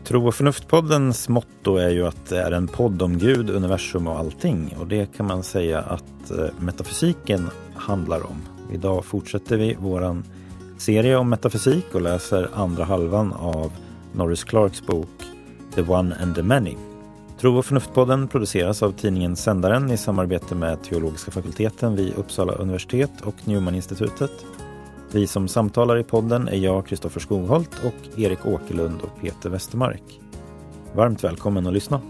Tro- och förnuftpoddens motto är ju att det är en podd om Gud, universum och allting. Och det kan man säga att metafysiken handlar om. Idag fortsätter vi våran serie om metafysik och läser andra halvan av Norris Clarks bok The One and the Many. Tro- och förnuftpodden produceras av tidningen Sändaren i samarbete med Teologiska fakulteten vid Uppsala universitet och Newman-institutet. Vi som samtalar i podden är jag, Kristoffer Skogholt, och Erik Åkerlund och Peter Westermark. Varmt välkommen att lyssna.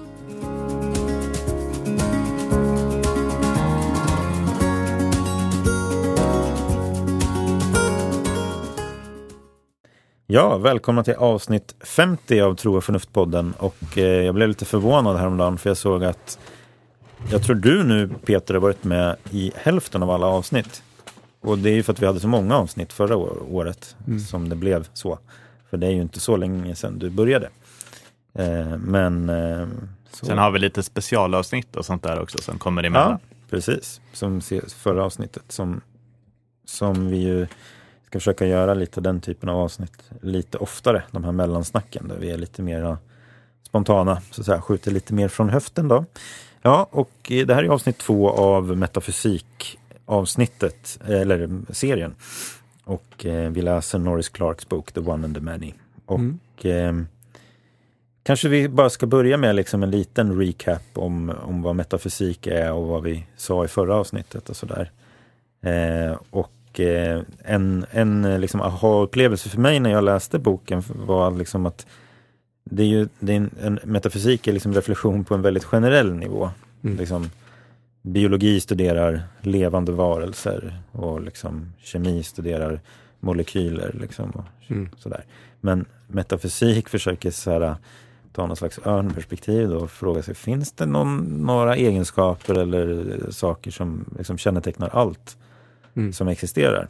Ja, välkomna till avsnitt 50 av Tro- och förnuftpodden. Och jag blev lite förvånad häromdagen för jag såg att jag tror du nu, Peter, har varit med i hälften av alla avsnitt. Och det är ju för att vi hade så många avsnitt förra året som det blev så. För det är ju inte så länge sedan du började. Så. Sen har vi lite specialavsnitt och sånt där också som kommer emellan. Ja, precis. Som förra avsnittet som vi ju ska försöka göra lite den typen av avsnitt lite oftare. De här mellansnacken där vi är lite mer spontana, så att säga, skjuter lite mer från höften då. Ja, och det här är avsnitt 2 av metafysik-avsnittet, eller serien. Och vi läser Norris Clarks bok The One and the Many. Och kanske vi bara ska börja med liksom en liten recap om vad metafysik är och vad vi sa i förra avsnittet och sådär. En liksom aha-upplevelse för mig när jag läste boken var liksom att en metafysik är liksom reflektion på en väldigt generell nivå. Liksom, biologi studerar levande varelser och liksom kemi studerar molekyler liksom och sådär. Men metafysik försöker så här, ta någon slags örnperspektiv och fråga sig, finns det några egenskaper eller saker som liksom kännetecknar allt som existerar?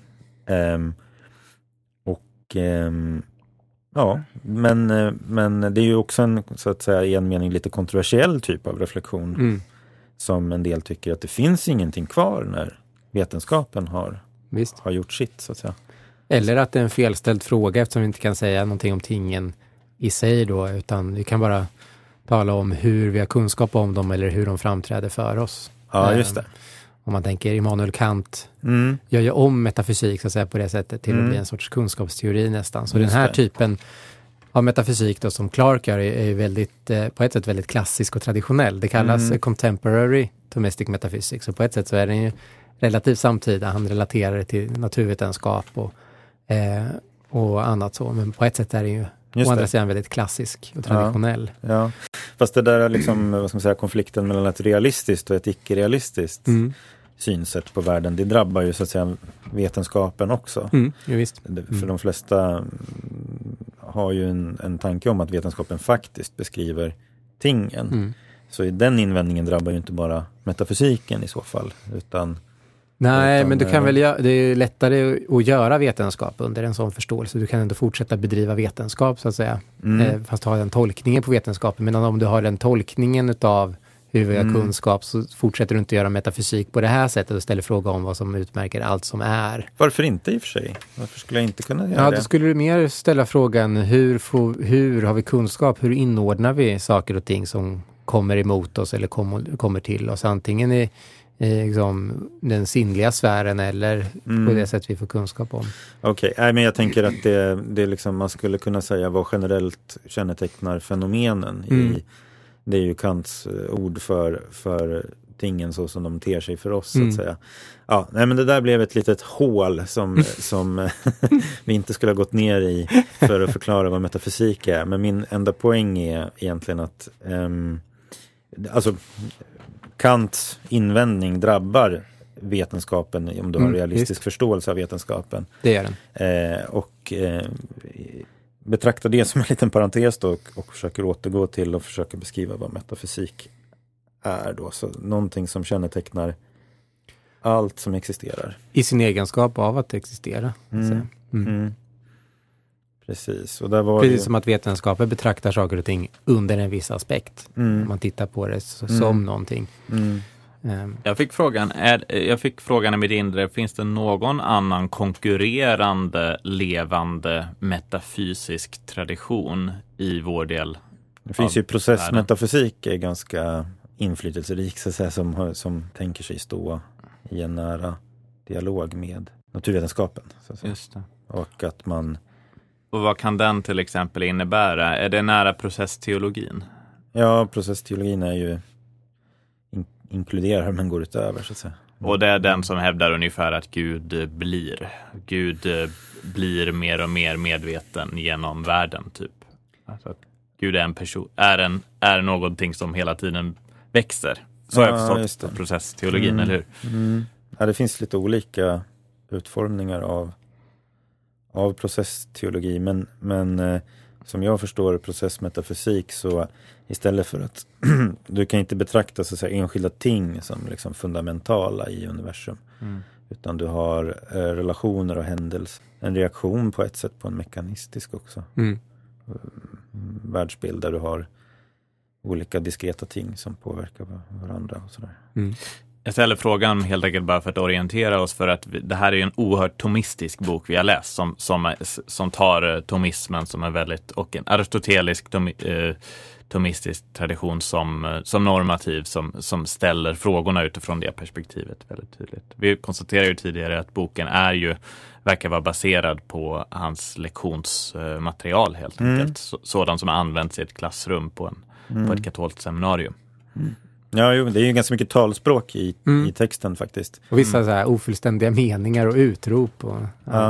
Men det är ju också en, så att säga, i en mening lite kontroversiell typ av reflektion som en del tycker att det finns ingenting kvar när vetenskapen har gjort sitt, så att säga. Eller att det är en felställd fråga eftersom vi inte kan säga någonting om tingen i sig då, utan vi kan bara tala om hur vi har kunskap om dem eller hur de framträder för oss. Ja, just det. Om man tänker Immanuel Kant gör ju om metafysik så att säga, på det sättet till att bli en sorts kunskapsteori nästan. Så just den här typen av metafysik då, som Clark gör är ju väldigt, på ett sätt väldigt klassisk och traditionell. Det kallas contemporary domestic metaphysics. Så på ett sätt så är den ju relativt samtida. Han relaterar det till naturvetenskap och annat så. Men på ett sätt är det ju å andra sidan väldigt klassisk och traditionell. Ja. Fast det där är liksom, vad ska man säga, konflikten mellan ett realistiskt och ett icke-realistiskt synsätt på världen, det drabbar ju så att säga vetenskapen också. Ja, visst. För de flesta har ju en tanke om att vetenskapen faktiskt beskriver tingen. Så i den invändningen drabbar ju inte bara metafysiken i så fall, utan... Nej, men du kan väl det är lättare att göra vetenskap under en sån förståelse. Du kan ändå fortsätta bedriva vetenskap så att säga. Fast ha den tolkningen på vetenskapen. Men om du har den tolkningen utav hur vi har kunskap så fortsätter du inte göra metafysik på det här sättet och ställer fråga om vad som utmärker allt som är. Varför inte i och för sig? Varför skulle jag inte kunna göra det? Ja, då skulle du mer ställa frågan hur har vi kunskap? Hur inordnar vi saker och ting som kommer emot oss eller kommer till oss? Antingen i liksom den sinnliga sfären eller på det sätt vi får kunskap om. Okej, men jag tänker att det liksom, man skulle kunna säga vad generellt kännetecknar fenomenen det är ju Kants ord för tingen så som de ter sig för oss så att säga. Ja, nej, men det där blev ett litet hål som vi inte skulle ha gått ner i för att förklara vad metafysik är. Men min enda poäng är egentligen att alltså Kants invändning drabbar vetenskapen om du har realistisk förståelse av vetenskapen. Det är den. Betrakta det som en liten parentes då och försöker återgå till och försöka beskriva vad metafysik är då. Så någonting som kännetecknar allt som existerar. I sin egenskap av att existera. Precis. Och där var precis som att vetenskapen betraktar saker och ting under en viss aspekt. Man tittar på det som någonting. Jag fick frågan i mitt inre, finns det någon annan konkurrerande, levande metafysisk tradition i vår del? Det finns ju processmetafysik, är ganska inflytelserik så att säga, som tänker sig stå i en nära dialog med naturvetenskapen. Så att säga. Just det. Och att man... Och vad kan den till exempel innebära? Är det nära processteologin? Ja, processteologin är ju inkluderar men går utöver så att säga. Och det är den som hävdar ungefär att Gud blir mer och mer medveten genom världen typ. Alltså att Gud är en person, är någonting som hela tiden växer. Så har jag förstått processteologin, eller hur? Mm. Ja, det finns lite olika utformningar av processteologi, men som jag förstår processmetafysik, så istället för att du kan inte betrakta så att säga enskilda ting som liksom fundamentala i universum, utan du har relationer och händelser, en reaktion på ett sätt på en mekanistisk också världsbild där du har olika diskreta ting som påverkar varandra och sådär. Jag ställer frågan helt enkelt bara för att orientera oss, för att det här är ju en oerhört tomistisk bok vi har läst som tar tomismen som en väldigt, och en aristotelisk tomistisk tradition som normativ, som ställer frågorna utifrån det perspektivet väldigt tydligt. Vi konstaterar ju tidigare att boken verkar vara baserad på hans lektionsmaterial helt enkelt. Sådan som har använts i ett klassrum på ett katolskt seminarium. Ja, det är ju ganska mycket talspråk i texten faktiskt. Och vissa så här ofullständiga meningar och utrop. Och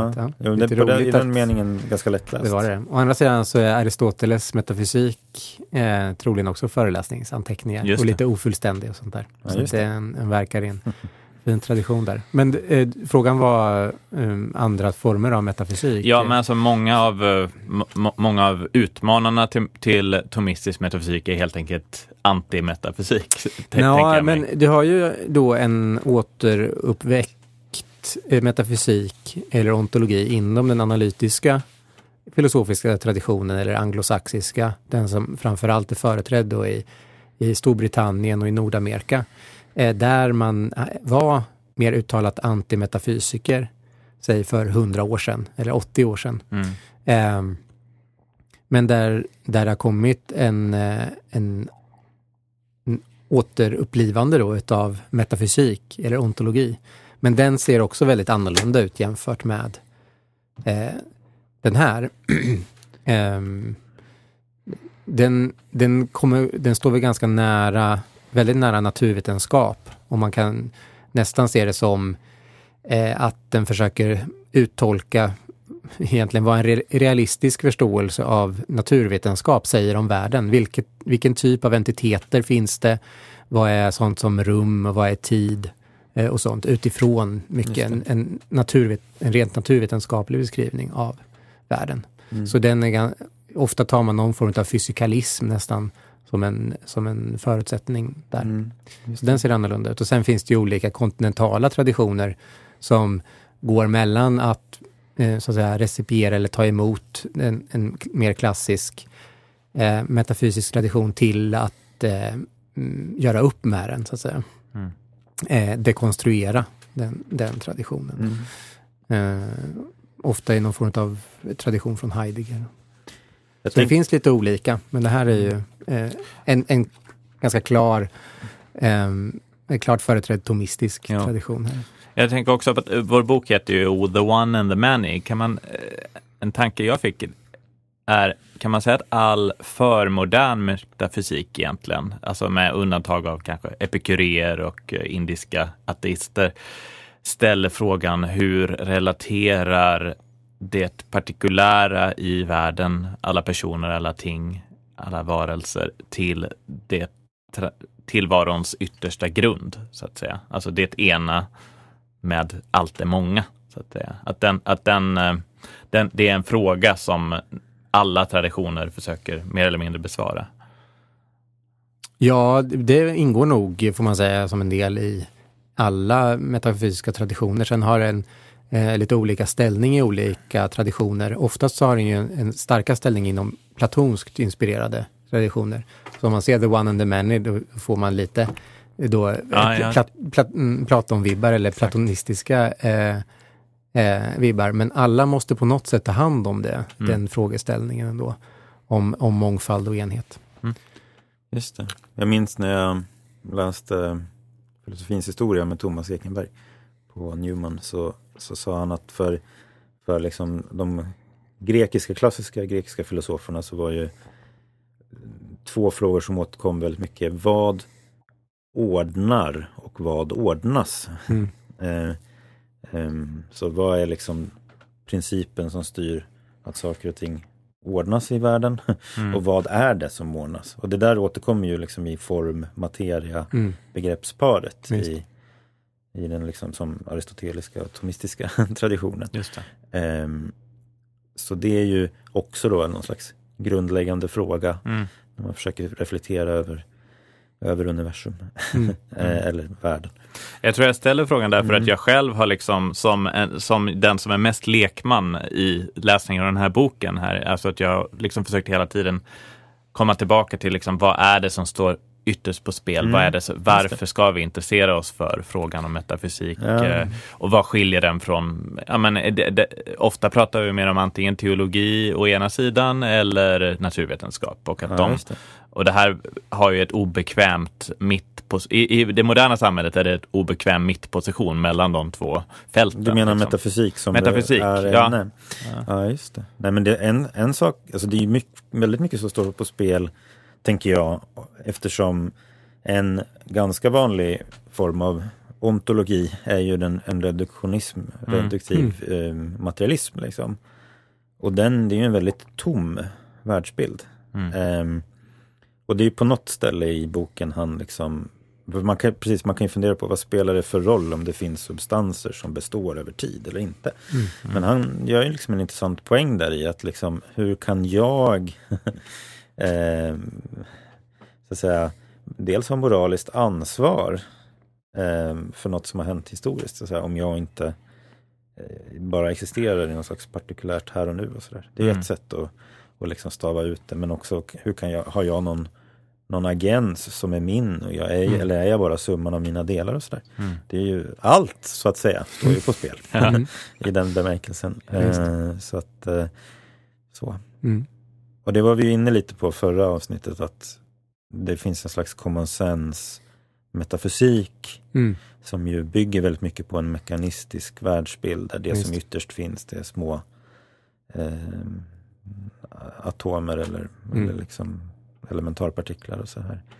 i den meningen ganska lättläst. Det var det. Å andra sidan så är Aristoteles metafysik troligen också föreläsningsanteckningar och lite ofullständiga och sånt där. Ja, så det är en verkar i en fin tradition där. Men frågan var andra former av metafysik. Ja, men alltså många av utmanarna till tomistisk metafysik är helt enkelt antimetafysik. Ja, men du har ju då en återuppväckt metafysik eller ontologi inom den analytiska filosofiska traditionen eller anglosaxiska, den som framförallt är företrädd då i Storbritannien och i Nordamerika, där man var mer uttalat antimetafysiker, säg för 100 år sedan eller 80 år sedan. Men där har kommit en återupplivande då utav metafysik eller ontologi. Men den ser också väldigt annorlunda ut jämfört med den här. Den står väl ganska väldigt nära naturvetenskap, och man kan nästan se det som att den försöker uttolka egentligen vad en realistisk förståelse av naturvetenskap säger om världen. Vilken typ av entiteter finns det? Vad är sånt som rum och vad är tid och sånt, utifrån mycket en rent naturvetenskaplig beskrivning av världen. Så ofta tar man någon form av fysikalism nästan som en förutsättning där. Så den ser annorlunda ut. Och sen finns det ju olika kontinentala traditioner som går mellan att så att säga recipiera eller ta emot en mer klassisk metafysisk tradition till att göra upp med den, så att säga. Dekonstruera den traditionen. Ofta i någon form av tradition från Heidegger. Så det finns lite olika, men det här är ju en ganska klart företrädd tomistisk tradition här. Jag tänker också att vår bok heter ju The One and the Many. En tanke jag fick är, kan man säga att all förmodern metafysik egentligen, alltså med undantag av kanske epikureer och indiska ateister, ställer frågan: hur relaterar det partikulära i världen, alla personer, alla ting, alla varelser, till tillvarons yttersta grund, så att säga. Alltså det ena med allt det många, så att säga. Det är en fråga som alla traditioner försöker mer eller mindre besvara. Ja, det ingår nog, får man säga, som en del i alla metafysiska traditioner. Sen har den lite olika ställning i olika traditioner. Oftast så har den ju en starka ställning inom platonskt inspirerade traditioner. Så om man ser The One and the Many, då får man lite då Platon-vibbar eller platonistiska vibbar, men alla måste på något sätt ta hand om det, den frågeställningen ändå, om mångfald och enhet. Just det. Jag minns när jag läste filosofins historia med Thomas Ekenberg på Newman, så sa han att för liksom de klassiska grekiska filosoferna så var ju 2 frågor som återkom väldigt mycket: vad ordnar och vad ordnas? Så vad är liksom principen som styr att saker och ting ordnas i världen, och vad är det som ordnas? Och det där återkommer ju liksom i form, materia, begreppsparet i den liksom som aristoteliska och tomistiska traditionen. Just det. Så det är ju också då någon slags grundläggande fråga när man försöker reflektera över universum eller världen. Jag tror jag ställer frågan därför att jag själv har liksom som den som är mest lekman i läsningen av den här boken här, alltså att jag liksom försökt hela tiden komma tillbaka till liksom, vad är det som står ytterst på spel? Vad är det, varför ska vi intressera oss för frågan om metafysik? Och vad skiljer den från... ofta pratar vi mer om antingen teologi å ena sidan eller naturvetenskap. Och att och det här har ju ett obekvämt i det moderna samhället är det ett obekväm mittposition mellan de 2 fälten. Du menar liksom. Metafysik som metafysik, är ämne? Ja, just det. Nej, men det är en sak, alltså det är väldigt mycket som står på spel, tänker jag, eftersom en ganska vanlig form av ontologi är ju en reduktiv materialism liksom. Och det är ju en väldigt tom världsbild. Och det är ju på något ställe i boken han liksom, man kan ju fundera på vad spelar det för roll om det finns substanser som består över tid eller inte. Men han gör ju liksom en intressant poäng där i att liksom, hur kan jag så att säga dels ha moraliskt ansvar för något som har hänt historiskt, så att säga, om jag inte bara existerar i någon slags partikulärt här och nu och sådär. Det är ett sätt att liksom stava ut det, men också hur har jag någon agens som är min och jag är, eller är jag bara summan av mina delar och sådär. Det är ju allt, så att säga, står ju på spel i den bemärkelsen. Så att så. Och det var vi inne lite på förra avsnittet, att det finns en slags common sense metafysik som ju bygger väldigt mycket på en mekanistisk världsbild där det som ytterst finns, det är små atomer eller liksom elementarpartiklar och så här.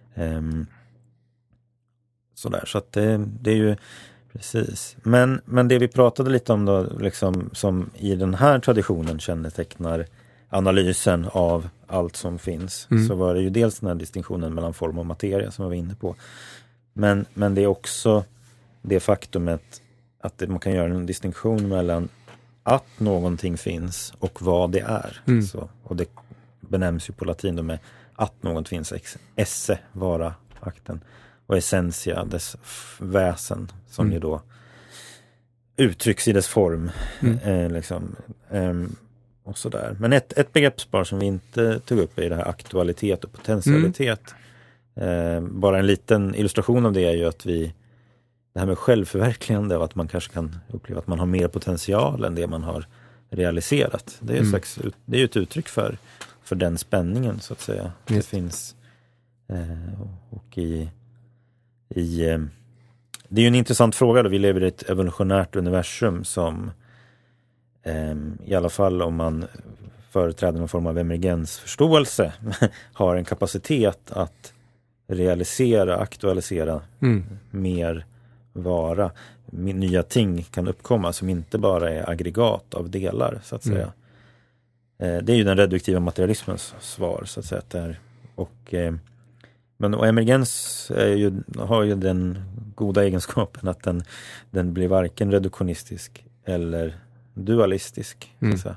Sådär, så att det är ju precis. Men det vi pratade lite om då, liksom, som i den här traditionen kännetecknar analysen av allt som finns, så var det ju dels den här distinktionen mellan form och materia som jag var inne på. Men det är också det faktumet att man kan göra en distinktion mellan att någonting finns och vad det är. Så, och det benämns ju på latin då med att något finns, esse, vara, akten, och essentia, dess väsen, som ju då uttrycks i dess form. Liksom. Och sådär. Men ett begreppspar som vi inte tog upp är det här aktualitet och potentialitet. Bara en liten illustration av det är ju att det här med självförverkligande och att man kanske kan uppleva att man har mer potential än det man har realiserat. Det är det är ju ett uttryck för den spänningen, så att säga. Det finns och det är ju en intressant fråga då. Vi lever i ett evolutionärt universum som i alla fall om man företräder någon form av emergensförståelse har en kapacitet att aktualisera mer vara. Nya ting kan uppkomma som inte bara är aggregat av delar, så att säga. Det är ju den reduktiva materialismens svar, så att säga. Där. Och emergens har ju den goda egenskapen att den blir varken reduktionistisk eller dualistisk. Så att säga.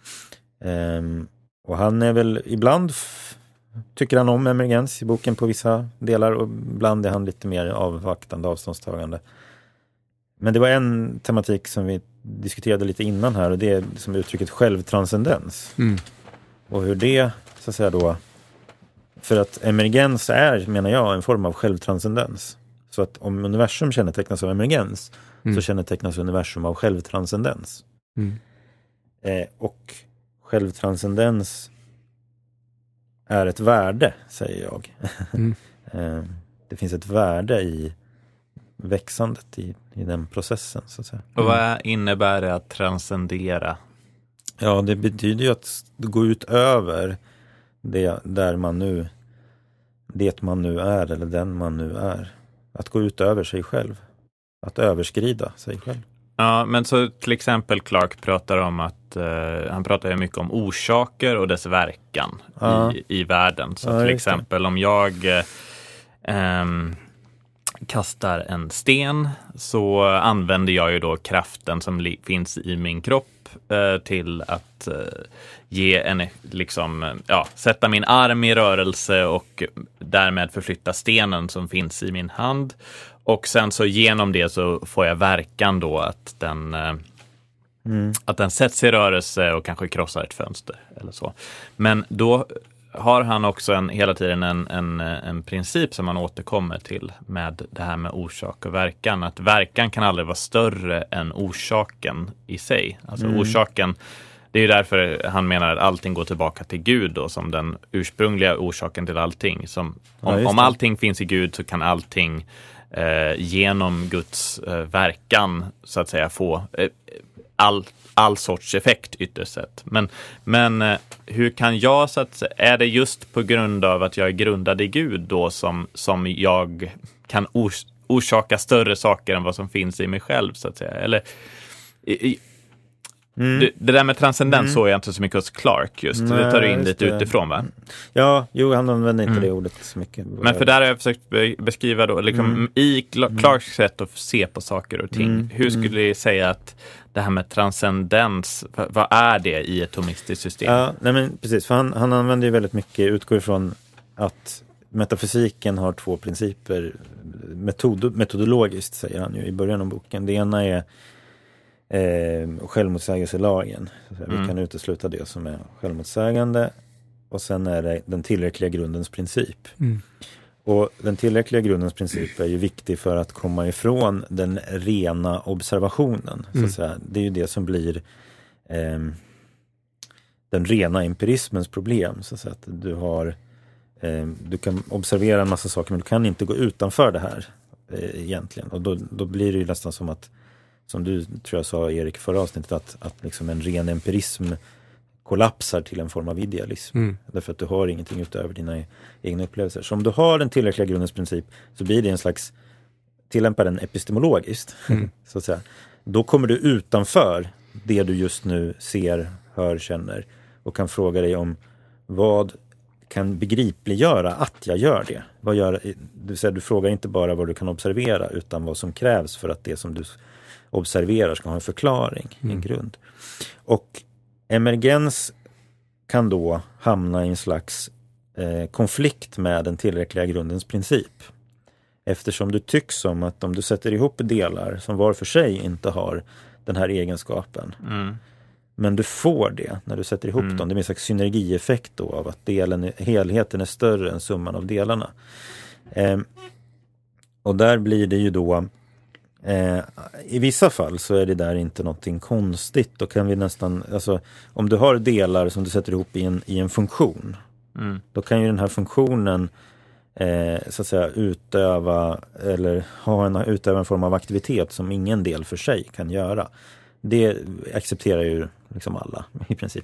Och han är väl ibland tycker han om emergens i boken på vissa delar, och ibland är han lite mer avvaktande, avståndstagande. Men det var en tematik som vi diskuterade lite innan här, och det är som uttrycket självtranscendens. Och hur det, så att säga då, För att emergens är, menar jag, en form av självtranscendens. Så att om universum kännetecknas av emergens så kännetecknas universum av självtranscendens. Och självtranscendens är ett värde, säger jag. Det finns ett värde i växandet i den processen, så att säga. Och vad innebär det att transcendera? Ja, det betyder ju att gå ut över det man nu är, eller den man nu är. Att gå ut över sig själv. Att överskrida sig själv. Ja, men så till exempel Clark pratar om att han pratar ju mycket om orsaker och dess verkan i världen. Så till exempel om jag kastar en sten, så använder jag ju då kraften som finns i min kropp till att sätta min arm i rörelse och därmed förflytta stenen som finns i min hand. Och sen så genom det så får jag verkan då att den sätts i rörelse och kanske krossar ett fönster eller så. Men då har han också hela tiden en princip som man återkommer till med det här med orsak och verkan. Att verkan kan aldrig vara större än orsaken i sig. Alltså orsaken, det är ju därför han menar att allting går tillbaka till Gud då, som den ursprungliga orsaken till allting. Om allting finns i Gud så kan allting genom Guds verkan så att säga få all sorts effekt ytterst sett. Men hur kan jag, så att är det just på grund av att jag är grundad i Gud då som jag kan orsaka större saker än vad som finns i mig själv, så att säga? Eller det där med transcendens såg jag inte så mycket hos Clark just. Nej, det tar du in lite utifrån, va? Ja, han använder inte det ordet så mycket. Men för där har jag försökt beskriva då, liksom, i Clarks sätt att se på saker och ting. Hur skulle du säga att det här med transcendens, vad är det i ett tomistiskt system? Ja, nej men precis. För han använder ju väldigt mycket, utgår ifrån att metafysiken har två principer metodologiskt, säger han ju i början av boken. Det ena är självmotsägelselagen. Vi kan utesluta det som är självmotsägande, och sen är det den tillräckliga grundens princip. Och den tillräckliga grundens princip är ju viktig för att komma ifrån den rena observationen. Så att säga. Det är ju det som blir den rena empirismens problem. Så att säga, att du kan observera en massa saker, men du kan inte gå utanför det här egentligen. Och då blir det ju nästan som att, som du tror jag sa, Erik, i förra avsnittet, att liksom en ren empirism kollapsar till en form av idealism. Därför att du har ingenting utöver dina egna upplevelser. Så om du har den tillräckliga grundens princip, så blir det en slags, tillämpa den epistemologiskt, så att säga. Då kommer du utanför det du just nu ser, hör, känner, och kan fråga dig om vad kan begripliggöra att jag gör det. Det vill säga, du frågar inte bara vad du kan observera, utan vad som krävs för att det som du observerar ska ha en förklaring, en grund. Och emergens kan då hamna i en slags konflikt med den tillräckliga grundens princip. Eftersom du tycks som att om du sätter ihop delar som var för sig inte har den här egenskapen, men du får det när du sätter ihop dem. Det är en slags synergieffekt då av att helheten är större än summan av delarna. Och där blir det ju då i vissa fall så är det där inte någonting konstigt. Då kan vi nästan, alltså, om du har delar som du sätter ihop i en funktion, då kan ju den här funktionen så att säga utöva en form av aktivitet som ingen del för sig kan göra. Det accepterar ju liksom alla i princip.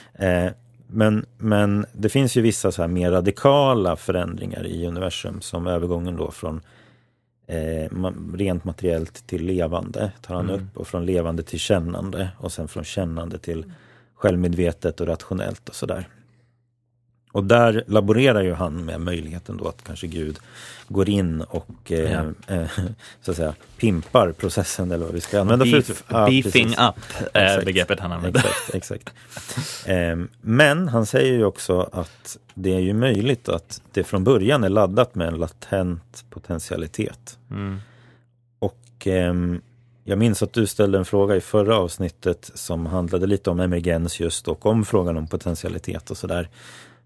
Men det finns ju vissa så här mer radikala förändringar i universum, som övergången då från rent materiellt till levande tar han upp, och från levande till kännande, och sen från kännande till självmedvetet och rationellt och sådär. Och där laborerar ju han med möjligheten då att kanske Gud går in och så att säga pimpar processen, eller vad vi ska använda beefing up begreppet han använder. Exakt. Men han säger ju också att det är ju möjligt att det från början är laddat med en latent potentialitet. Och jag minns att du ställde en fråga i förra avsnittet som handlade lite om emergens just, och om frågan om potentialitet och sådär.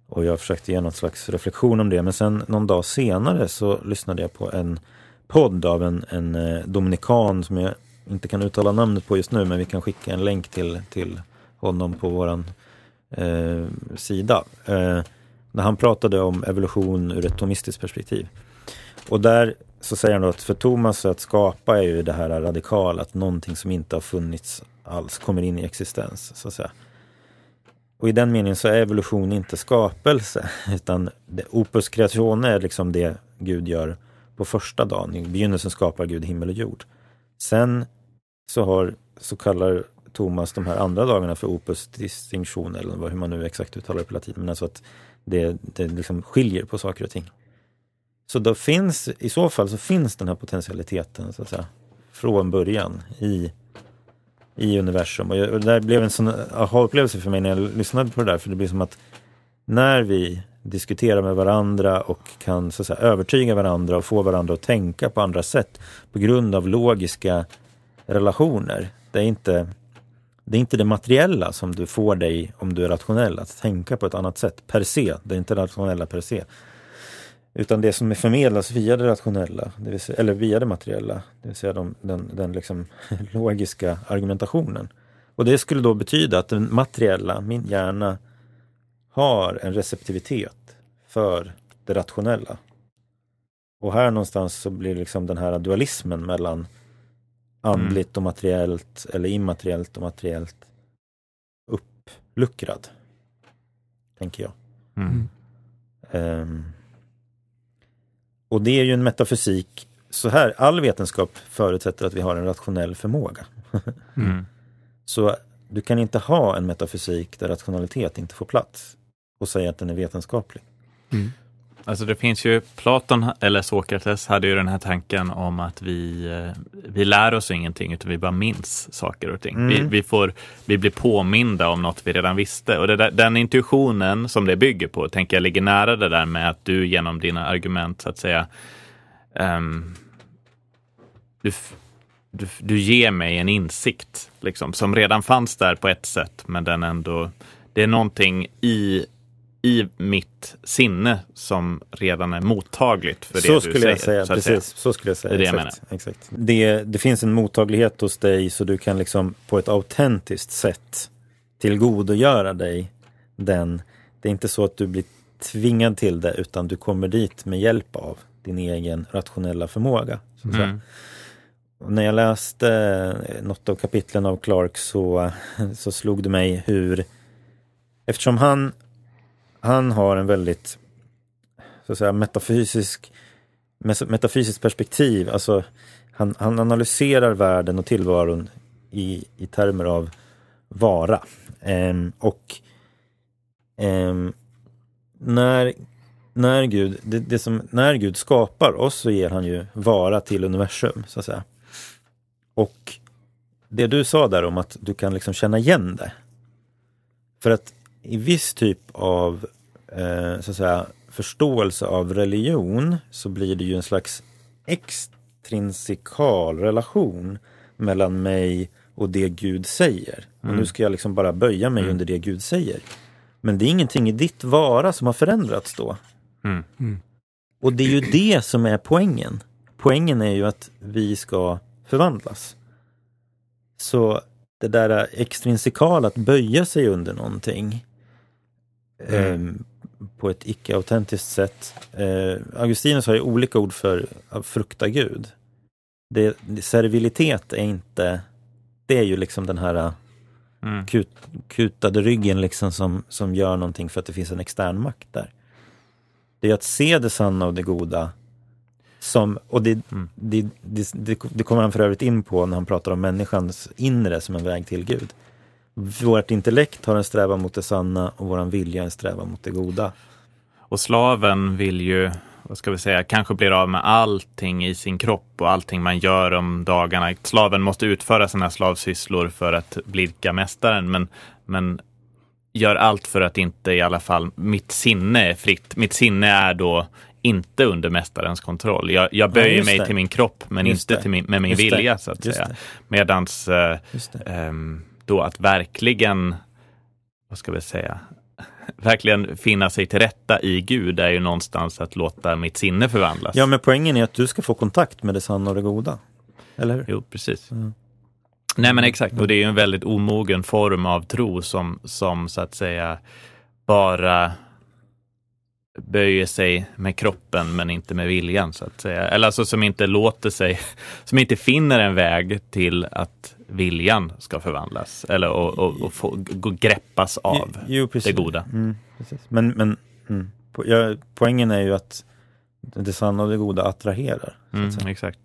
Och jag försökte ge någon slags reflektion om det. Men sen någon dag senare så lyssnade jag på en podd av en dominikan som jag inte kan uttala namnet på just nu, men vi kan skicka en länk till honom på våran sida. När han pratade om evolution ur ett tomistiskt perspektiv. Och där så säger han då att för Thomas att skapa är ju det här radikala, att någonting som inte har funnits alls kommer in i existens, så att säga. Och i den meningen så är evolution inte skapelse, utan opus creatione är liksom det Gud gör på första dagen. I begynnelsen skapar Gud himmel och jord. Sen så kallar Thomas de här andra dagarna för opus distinction, eller hur man nu exakt uttalar det på latin, men alltså att det liksom skiljer på saker och ting. Så då i så fall finns den här potentialiteten, så att säga, från början i universum. Och det där blev en sån aha-upplevelse för mig när jag lyssnade på det där, för det blir som att när vi diskuterar med varandra och kan, så att säga, övertyga varandra och få varandra att tänka på andra sätt på grund av logiska relationer. Det är inte det materiella som du får dig om du är rationell att tänka på ett annat sätt per se. Det är inte rationella per se. Utan det som är förmedlas via det rationella, det vill säga, eller via det materiella, det vill säga den liksom logiska argumentationen. Och det skulle då betyda att den materiella, min hjärna, har en receptivitet för det rationella. Och här någonstans så blir liksom den här dualismen mellan andligt och materiellt, eller immateriellt och materiellt, uppluckrad, tänker jag. Och det är ju en metafysik. Så här, all vetenskap förutsätter att vi har en rationell förmåga. Så du kan inte ha en metafysik där rationalitet inte får plats och säga att den är vetenskaplig. Alltså det finns ju, Platon eller Sokrates hade ju den här tanken om att vi lär oss ingenting utan vi bara minns saker och ting. Vi blir påminda om något vi redan visste. Och den intuitionen som det bygger på, tänker jag, ligger nära det där med att du genom dina argument, så att säga, du ger mig en insikt liksom, som redan fanns där på ett sätt, men den ändå, det är någonting i mitt sinne som redan är mottagligt för det så du skulle säger. Jag säga, så precis, så skulle jag säga. Det är det exakt. Det finns en mottaglighet hos dig så du kan liksom på ett autentiskt sätt tillgodogöra dig den. Det är inte så att du blir tvingad till det, utan du kommer dit med hjälp av din egen rationella förmåga. Och när jag läste något av kapitlen av Clark så slog det mig hur, eftersom han har en väldigt, så att säga, metafysiskt perspektiv. Alltså han analyserar världen och tillvaron i termer av vara. När Gud skapar oss så ger han ju vara till universum, så att säga. Och det du sa där om att du kan liksom känna igen det. För att i viss typ av så att säga, förståelse av religion så blir det ju en slags extrinsikal relation mellan mig och det Gud säger. Och nu ska jag liksom bara böja mig under det Gud säger. Men det är ingenting i ditt vara som har förändrats då. Och det är ju det som är poängen. Poängen är ju att vi ska förvandlas. Så det där extrinsikala, att böja sig under någonting på ett icke-autentiskt sätt. Augustinus har ju olika ord för att frukta Gud. Servilitet är inte, det är ju liksom den här kutade ryggen liksom som gör någonting för att det finns en extern makt där. Det är att se det sanna och det goda och det kommer han för övrigt in på när han pratar om människans inre som en väg till Gud. Vårt intellekt har en strävan mot det sanna och våran vilja en strävan mot det goda. Och slaven vill ju, vad ska vi säga, kanske blir av med allting i sin kropp och allting man gör om dagarna. Slaven måste utföra sina slavsysslor för att blidka mästaren, men gör allt för att inte, i alla fall, mitt sinne är fritt. Mitt sinne är då inte under mästarens kontroll. Jag böjer mig till min kropp, men inte med min vilja, så att säga. Medans då att verkligen, vad ska vi säga, verkligen finna sig till rätta i Gud är ju någonstans att låta mitt sinne förvandlas. Ja, men poängen är att du ska få kontakt med det sanna och det goda. Eller hur? Jo, precis. Nej, men exakt. Och det är ju en väldigt omogen form av tro som så att säga bara böjer sig med kroppen men inte med viljan, så att säga. Eller alltså som inte låter sig, som inte finner en väg till att viljan ska förvandlas eller och få greppas av det goda. Precis. Men poängen är ju att det sanna och det goda attraherar. Exakt.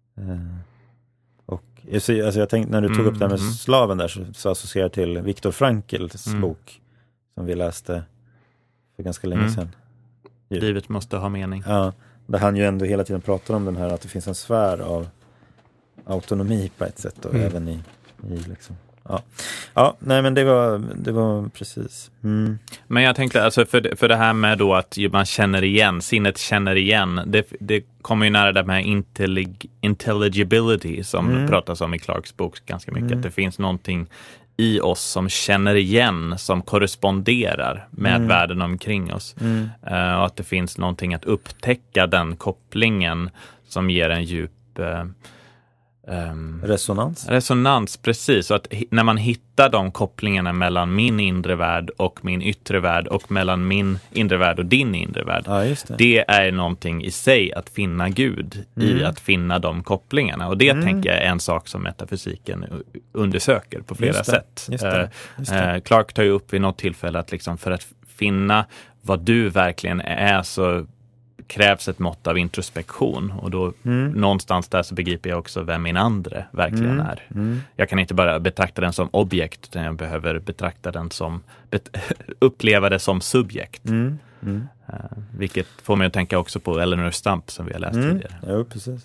Och alltså jag tänkte, när du tog upp det här med slaven där, så associerar jag till Viktor Frankls bok som vi läste för ganska länge sedan. Livet måste ha mening. Ja, där han ju ändå hela tiden pratar om den här, att det finns en sfär av autonomi på ett sätt och även i liksom. Ja, nej, men det var precis. Men jag tänkte alltså för det här med då att man känner igen, sinnet känner igen, det kommer ju nära det med intelligibility som pratas om i Clarks bok ganska mycket, att det finns någonting i oss som känner igen, som korresponderar med världen omkring oss. Och att det finns någonting att upptäcka den kopplingen som ger en djup resonans, precis. Så att när man hittar de kopplingarna mellan min inre värld och min yttre värld och mellan min inre värld och din inre värld, det är någonting i sig att finna Gud i att finna de kopplingarna. Och det tänker jag är en sak som metafysiken undersöker på flera sätt. Just det. Clark tar ju upp vid något tillfälle att liksom för att finna vad du verkligen är så krävs ett mått av introspektion, och då någonstans där så begriper jag också vem min andre verkligen är. Jag kan inte bara betrakta den som objekt, utan jag behöver betrakta den som uppleva det som subjekt. Vilket får mig att tänka också på Eleanor Stump som vi har läst tidigare. Ja, precis.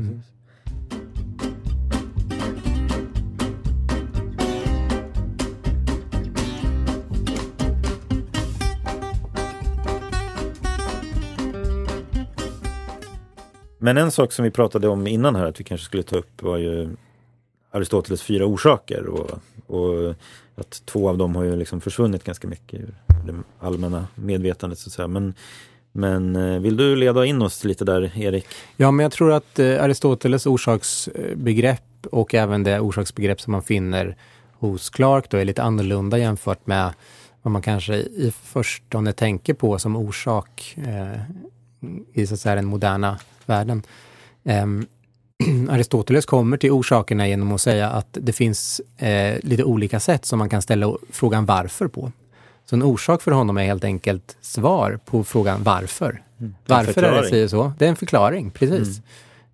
Men en sak som vi pratade om innan här att vi kanske skulle ta upp var ju Aristoteles 4 orsaker, och att 2 av dem har ju liksom försvunnit ganska mycket ur det allmänna medvetandet, så att säga. Men vill du leda in oss lite där, Erik? Ja, men jag tror att Aristoteles orsaksbegrepp och även det orsaksbegrepp som man finner hos Clark då är lite annorlunda jämfört med vad man kanske i förstone tänker på som orsak i så att säga den moderna världen. Aristoteles kommer till orsakerna genom att säga att det finns lite olika sätt som man kan ställa frågan varför på. Så en orsak för honom är helt enkelt svar på frågan varför. Varför är det så och så? Det är en förklaring, precis.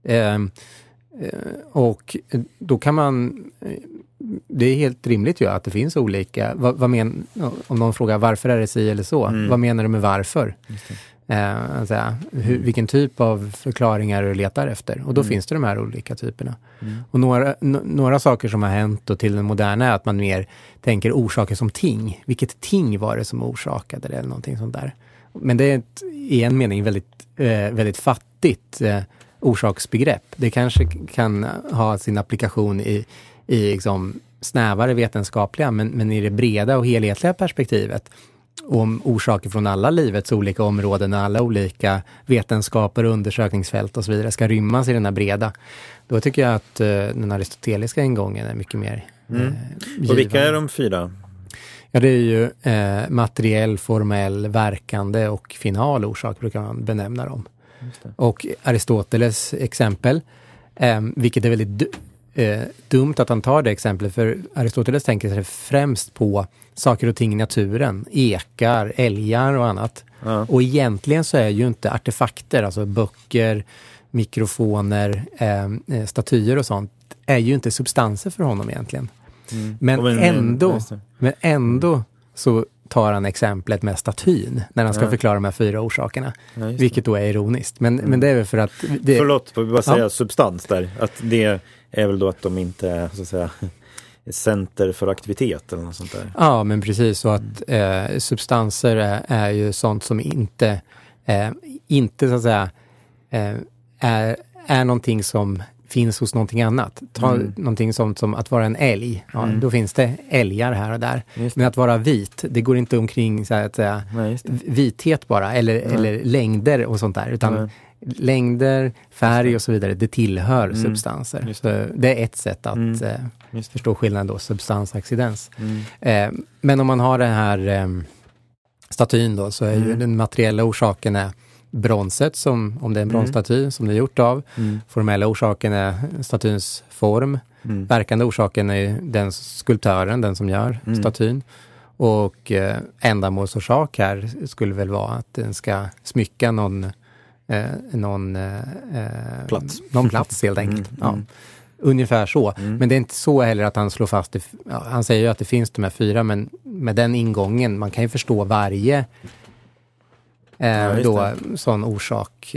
Och då kan man, det är helt rimligt ju att det finns olika, om någon frågar varför är det så eller så, vad menar du med varför? Alltså, vilken typ av förklaringar du letar efter. Och då finns det de här olika typerna. Och några saker som har hänt då till den moderna är att man mer tänker orsaker som ting. Vilket ting var det som orsakade det eller någonting sånt där. Men det är i en mening väldigt fattigt orsaksbegrepp. Det kanske kan ha sin applikation i liksom snävare vetenskapliga, men i det breda och helhetliga perspektivet om orsaker från alla livets olika områden, alla olika vetenskaper, undersökningsfält och så vidare ska rymmas i den här breda. Då tycker jag att den aristoteliska ingången är mycket mer Och vilka är de 4? Ja, det är ju materiell, formell, verkande och final orsak brukar man benämna dem. Och Aristoteles exempel, vilket är väldigt dumt att han tar det exemplet, för Aristoteles tänker sig främst på saker och ting i naturen, ekar, älgar och annat. Och egentligen så är ju inte artefakter, alltså böcker, mikrofoner, statyer och sånt, är ju inte substanser för honom egentligen. Men ändå så tar han exemplet med statyn när han ska förklara de här 4 orsakerna. Vilket då är ironiskt. Men det är väl för att... Förlåt, får vi bara säga substans där. Att det är väl då att de inte är, så att säga, center för aktivitet eller något sånt där. Ja, men precis. Så att substanser är ju sånt som inte så att säga är någonting som finns hos någonting annat. Ta någonting som att vara en älg. Ja, då finns det älgar här och där. Men att vara vit, det går inte omkring så att säga, vithet bara, eller längder och sånt där, utan längder, färg och så vidare, det tillhör substanser. Så det är ett sätt att förstå skillnaden då, substansaccidens. Men om man har den här statyn då, så är ju den materiella orsaken är bronset, som om det är en bronsstaty som det är gjort av. Formella orsaken är statyns form. Verkande orsaken är den skulptören, den som gör statyn. Och ändamålsorsak här skulle väl vara att den ska smycka någon plats helt enkelt. Ja. Ungefär så. Men det är inte så heller att han slår fast han säger ju att det finns de här 4, men med den ingången, man kan ju förstå varje sån orsak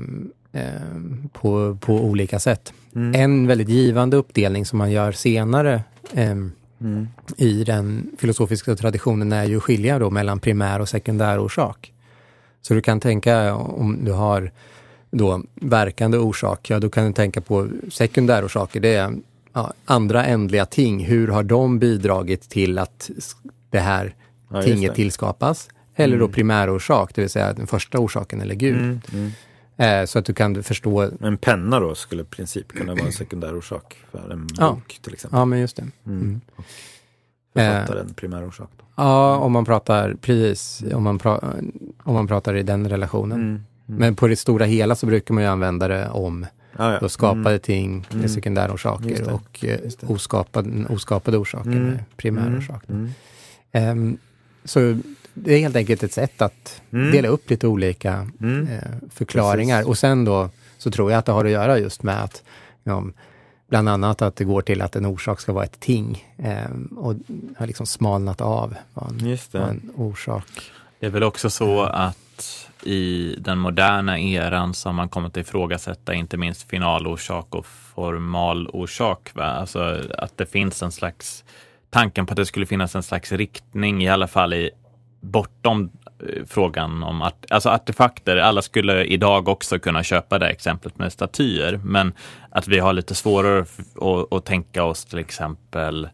på olika sätt. En väldigt givande uppdelning som man gör senare i den filosofiska traditionen är ju att skilja då mellan primär och sekundär orsak. Så du kan tänka, om du har då verkande orsak, då kan du tänka på sekundärorsaker. Det är andra ändliga ting. Hur har de bidragit till att det här tinget tillskapas? Eller då primärorsak, det vill säga den första orsaken eller Gud. Så att du kan förstå... En penna då skulle i princip kunna vara en sekundärorsak för en bok till exempel. Ja, men just det. Författaren primärorsak då. Ja, om man pratar precis, om man pratar i den relationen. Men på det stora hela så brukar man ju använda det om då skapade ting med sekundärorsaker och oskapade orsaker med primärorsaker. Så det är helt enkelt ett sätt att dela upp lite olika förklaringar. Precis. Och sen då så tror jag att det har att göra just med att bland annat att det går till att en orsak ska vara ett ting och har liksom smalnat av vad en orsak. Det är väl också så att i den moderna eran så har man kommit att ifrågasätta inte minst finalorsak och formalorsak. Va? Alltså att det finns en slags tanken på att det skulle finnas en slags riktning i alla fall bortom frågan om alltså artefakter. Alla skulle idag också kunna köpa det exemplet med statyer, men att vi har lite svårare att tänka oss till exempel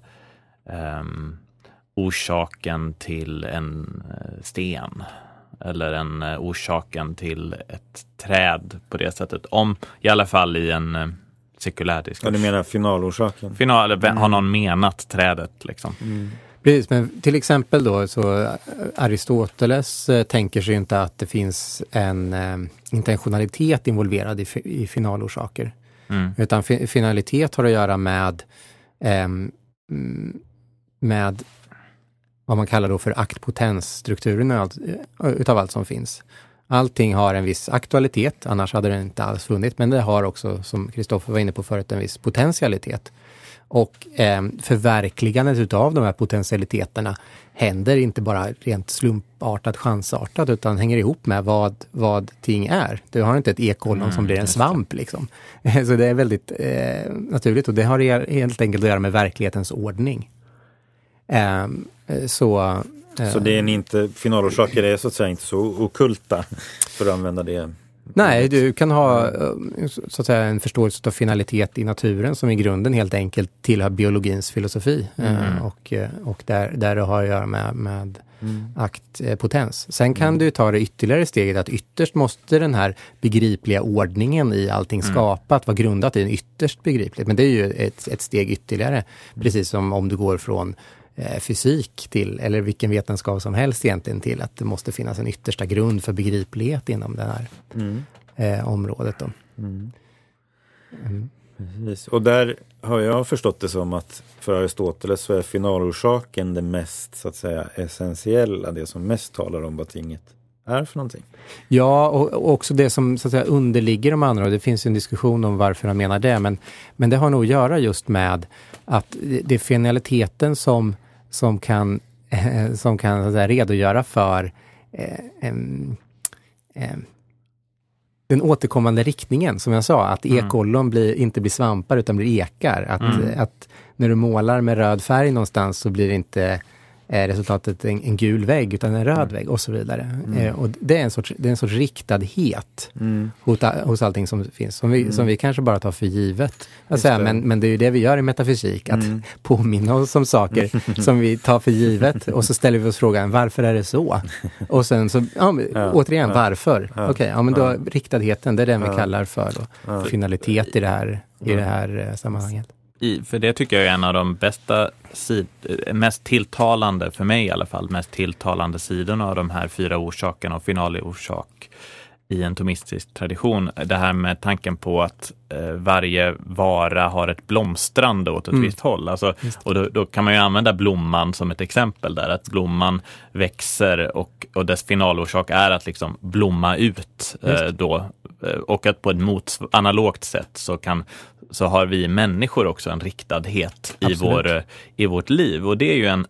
orsaken till en sten eller orsaken till ett träd på det sättet. I alla fall i en sekulär diskussion. Ja, du menar finalorsaken? Har någon menat trädet liksom? Precis, men till exempel då så Aristoteles tänker sig inte att det finns en intentionalitet involverad i finalorsaker. Utan finalitet har att göra med vad man kallar då för aktpotensstrukturen utav allt som finns. Allting har en viss aktualitet, annars hade det inte alls funnits, men det har också, som Kristoffer var inne på förut, en viss potentialitet. Och förverkligandet utav de här potentialiteterna händer inte bara rent slumpartat, chansartat, utan hänger ihop med vad ting är. Du har inte ett ekollon som blir en svamp liksom. Så det är väldigt naturligt, och det har helt enkelt att göra med verklighetens ordning. Så det är inte, finalorsaker är så att säga inte så ockulta, för att använda det. Nej, du kan ha så att säga en förståelse av finalitet i naturen som i grunden helt enkelt tillhör biologins filosofi och där det har att göra med aktpotens. Sen kan du ta det ytterligare steget att ytterst måste den här begripliga ordningen i allting skapat vara grundat i en ytterst begripligt. Men det är ju ett steg ytterligare, precis som om du går från fysik till, eller vilken vetenskap som helst egentligen, till att det måste finnas en yttersta grund för begriplighet inom det här området då. Precis. Och där har jag förstått det som att för Aristoteles så är finalorsaken det mest så att säga essentiella, det som mest talar om vad tinget är för någonting. Ja, och också det som så att säga underligger de andra, och det finns en diskussion om varför han menar det, men det har nog att göra just med att det är finaliteten som kan så att säga redogöra för den återkommande riktningen, som jag sa, att ekollon inte blir svampar utan blir ekar. Att när du målar med röd färg någonstans så blir det inte resultatet en gul vägg utan en röd vägg och så vidare. Och det är en sorts riktadhet hos allting som finns, som vi kanske bara tar för givet. Men det är ju det vi gör i metafysik, att påminna oss om saker som vi tar för givet, och så ställer vi oss frågan, varför är det så? Och sen så, återigen, varför? Men då riktadheten, det är den vi kallar för då, finalitet i det här sammanhanget. För det tycker jag är en av de bästa, mest tilltalande, för mig i alla fall, mest tilltalande sidorna av de här 4 orsakerna och finalorsak i en tomistisk tradition. Det här med tanken på att varje vara har ett blomstrande åt ett visst håll. Alltså, och då kan man ju använda blomman som ett exempel där, att blomman växer och dess finalorsak är att liksom blomma ut då. Och att på ett analogt sätt så har vi människor också en riktadhet i vårt liv. Och det är ju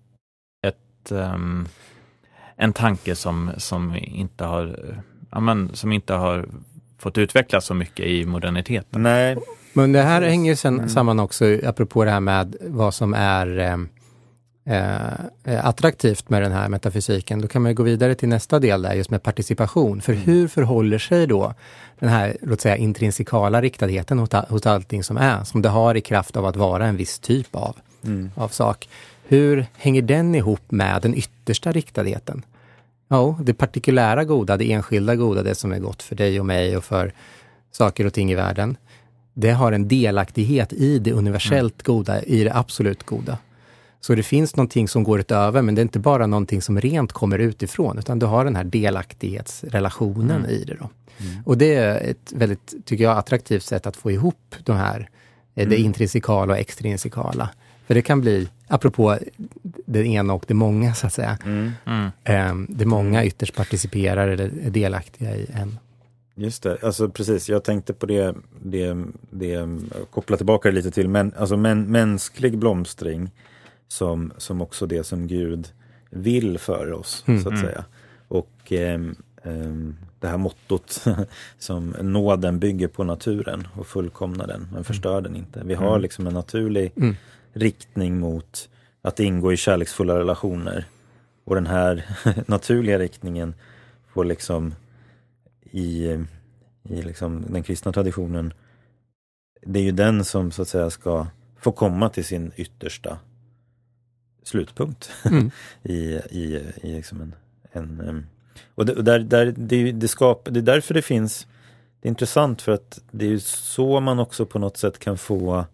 en tanke som inte har fått utvecklas så mycket i moderniteten. Nej. Men det här hänger sen samman också, apropå det här med vad som är attraktivt med den här metafysiken. Då kan man ju gå vidare till nästa del där, just med participation. För hur förhåller sig då den här, låt säga, intrinsikala riktadheten hos allting som det har i kraft av att vara en viss typ av sak. Hur hänger den ihop med den yttersta riktadheten? Ja, det partikulära goda, det enskilda goda, det som är gott för dig och mig och för saker och ting i världen. Det har en delaktighet i det universellt goda, i det absolut goda. Så det finns någonting som går utöver, men det är inte bara någonting som rent kommer utifrån, utan du har den här delaktighetsrelationen i det då. Och det är ett väldigt, tycker jag, attraktivt sätt att få ihop de här, det intrinsikala och extrinsikala. För det kan bli, apropå det ena och det många så att säga, det många ytterst participerar eller är delaktiga i en. Just det, alltså precis, jag tänkte på det koppla tillbaka lite till mänsklig blomstring som också det som Gud vill för oss, så att säga. Och det här mottot som nåden bygger på naturen och fullkomnar den, men förstör den inte. Vi har liksom en naturlig riktning mot att ingå i kärleksfulla relationer. Och den här naturliga riktningen får liksom i liksom den kristna traditionen, det är ju den som så att säga ska få komma till sin yttersta slutpunkt i liksom och det är därför det finns, det är intressant, för att det är ju så man också på något sätt kan få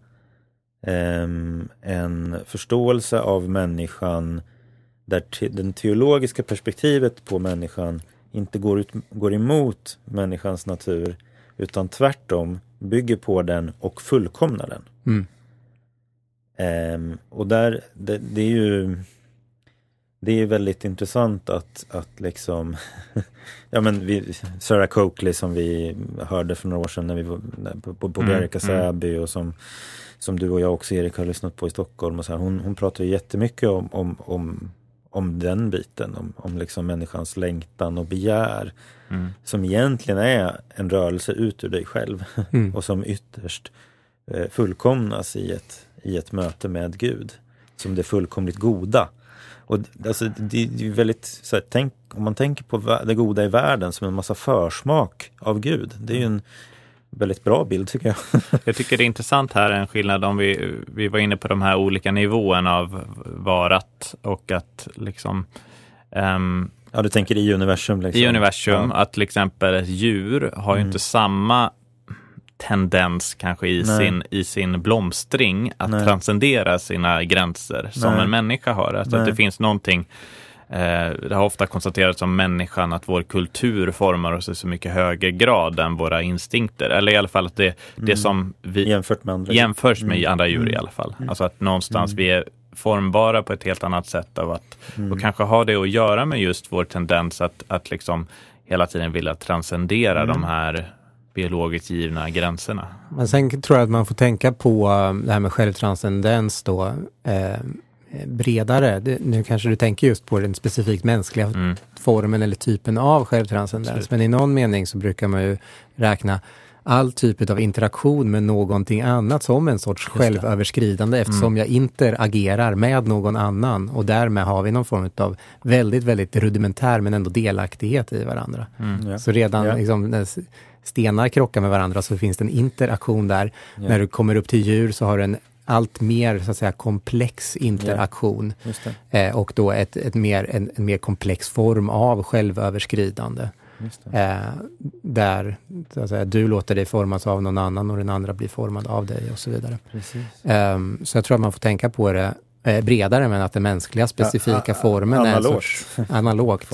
en förståelse av människan där den teologiska perspektivet på människan inte går emot människans natur, utan tvärtom bygger på den och fullkomnar den. Och där det är väldigt intressant att liksom Sarah Coakley, som vi hörde för några år sedan när vi var på Berica Säby, och som du och jag också, Erik, har lyssnat på i Stockholm och så här, hon pratar ju jättemycket om den biten, om liksom människans längtan och begär, som egentligen är en rörelse ut ur dig själv och som ytterst fullkomnas i ett möte med Gud, som det fullkomligt goda. Och alltså, det är väldigt så här, om man tänker på det goda i världen som en massa försmak av Gud, det är ju en väldigt bra bild, tycker jag. Jag tycker det är intressant här, en skillnad om vi var inne på de här olika nivåerna av varat, och att liksom ja, du tänker i universum liksom. I universum, att till exempel ett djur har ju inte samma tendens kanske i sin blomstring att transcendera sina gränser som en människa har. Alltså att det finns någonting, det har ofta konstaterats om människan att vår kultur formar oss i så mycket högre grad än våra instinkter. Eller i alla fall att det som vi jämförs med andra djur i alla fall. Alltså att någonstans vi är formbara på ett helt annat sätt av att, och kanske har det att göra med just vår tendens att liksom hela tiden vilja transcendera de här biologiskt givna gränserna. Men sen tror jag att man får tänka på det här med självtranscendens då bredare. Nu kanske du tänker just på den specifikt mänskliga formen eller typen av självtranscendens. Men i någon mening så brukar man ju räkna all typ av interaktion med någonting annat som en sorts självöverskridande eftersom jag interagerar med någon annan och därmed har vi någon form av väldigt, väldigt rudimentär men ändå delaktighet i varandra. Så redan liksom, när stenar krockar med varandra så finns det en interaktion där. När du kommer upp till djur så har du en allt mer så att säga komplex interaktion och då en mer komplex form av självöverskridande. Där så att säga, du låter dig formas av någon annan och den andra blir formad av dig och så vidare. Så jag tror att man får tänka på det bredare men att den mänskliga specifika formen är en sorts analogt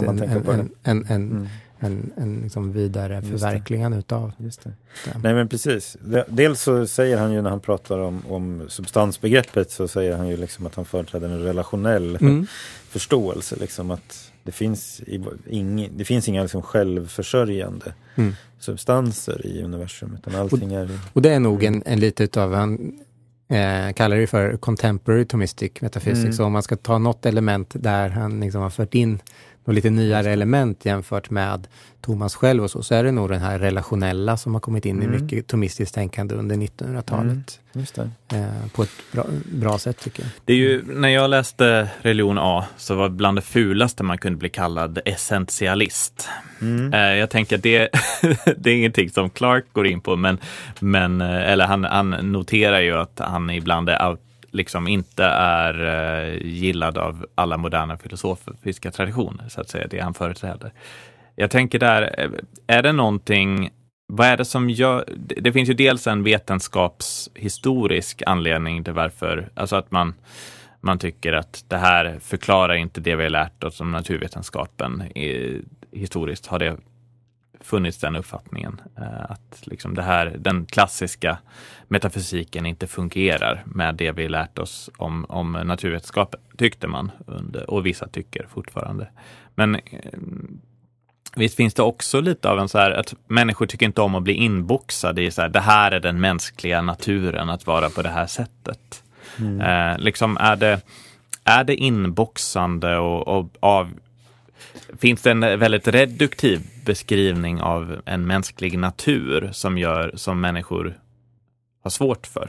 en liksom vidare förverkligandet utav det. Nej men precis. Dels så säger han ju när han pratar om substansbegreppet så säger han ju liksom att han företräder en relationell förståelse liksom att det finns inga liksom självförsörjande substanser i universum utan allting är... Och det är nog en lite utav han kallar det för contemporary Thomistic metaphysics. Så om man ska ta något element där han liksom har fört in något lite nyare element jämfört med Thomas själv och så är det nog den här relationella som har kommit in i mycket thomistiskt tänkande under 1900-talet. Just det. På ett bra sätt tycker jag. Det är ju, när jag läste religion A så var bland det fulaste man kunde bli kallad essentialist. Jag tänker att det är ingenting som Clark går in på men eller han noterar ju att han ibland är liksom inte är gillad av alla moderna filosofiska traditioner så att säga, det han företräder. Jag tänker där, är det någonting, vad är det som gör, det finns ju dels en vetenskapshistorisk anledning till varför, alltså att man tycker att det här förklarar inte det vi har lärt oss om naturvetenskapen. Historiskt har det funnits den uppfattningen att liksom det här, den klassiska metafysiken inte fungerar med det vi lärt oss om naturvetenskapen, tyckte man och vissa tycker fortfarande. Men visst finns det också lite av en så här att människor tycker inte om att bli inboxade i så här, det här är den mänskliga naturen att vara på det här sättet. Liksom är det inboxande och finns det en väldigt reduktiv beskrivning av en mänsklig natur som människor har svårt för?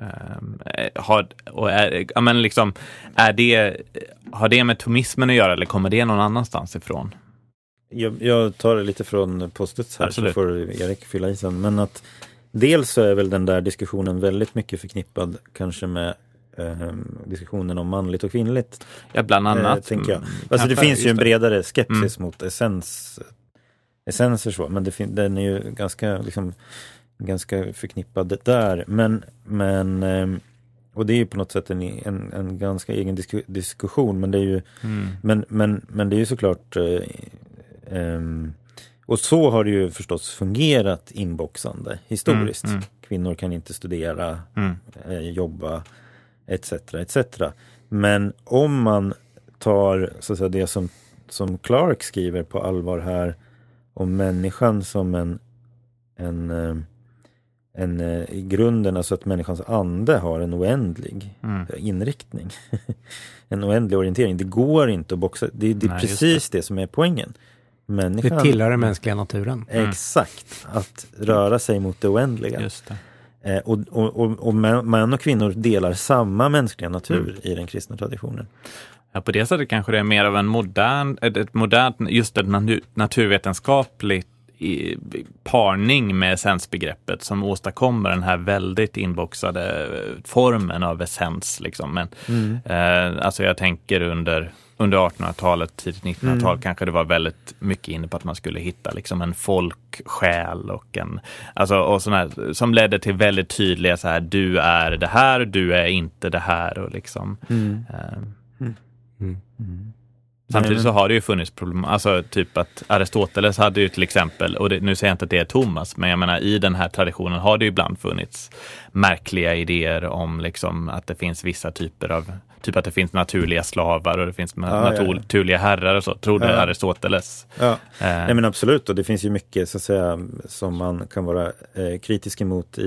Har det med thomismen att göra eller kommer det någon annanstans ifrån? Jag tar det lite från postet här. Absolut. Så får Erik fylla i sen. Men att dels så är väl den där diskussionen väldigt mycket förknippad kanske med diskussionen om manligt och kvinnligt. Ja, bland annat. Tänker jag. Alltså det finns ju en bredare skepsis mot essenser så, men den är ju ganska förknippad där. Men och det är ju på något sätt en ganska egen diskussion, men det är ju men det är ju såklart och så har det ju förstås fungerat inboxande historiskt. Kvinnor kan inte studera, jobba etc. Men om man tar så att säga, det som Clark skriver på allvar här om människan som en i grunden, alltså att människans ande har en oändlig inriktning. En oändlig orientering. Det går inte att boxa. Det är precis det som är poängen. Människan, det tillhör den mänskliga naturen. Exakt. Att röra sig mot det oändliga. Just det. Och män och kvinnor delar samma mänskliga natur i den kristna traditionen. Ja, på det sättet kanske det är mer av en modernt just ett naturvetenskapligt parning med essensbegreppet som åstadkommer den här väldigt inboxade formen av essens liksom. Men alltså jag tänker under 1800-talet, tidigt 1900-tal kanske det var väldigt mycket inne på att man skulle hitta liksom en folksjäl och och sån här, som ledde till väldigt tydliga så här, du är det här, du är inte det här och liksom samtidigt så har det ju funnits problem, alltså typ att Aristoteles hade ju till exempel, och nu säger jag inte att det är Thomas, men jag menar i den här traditionen har det ju ibland funnits märkliga idéer om liksom att det finns vissa typer av, typ att det finns naturliga slavar och det finns naturliga herrar och så, trodde Aristoteles. Ja, nej men absolut, och det finns ju mycket så att säga som man kan vara kritisk emot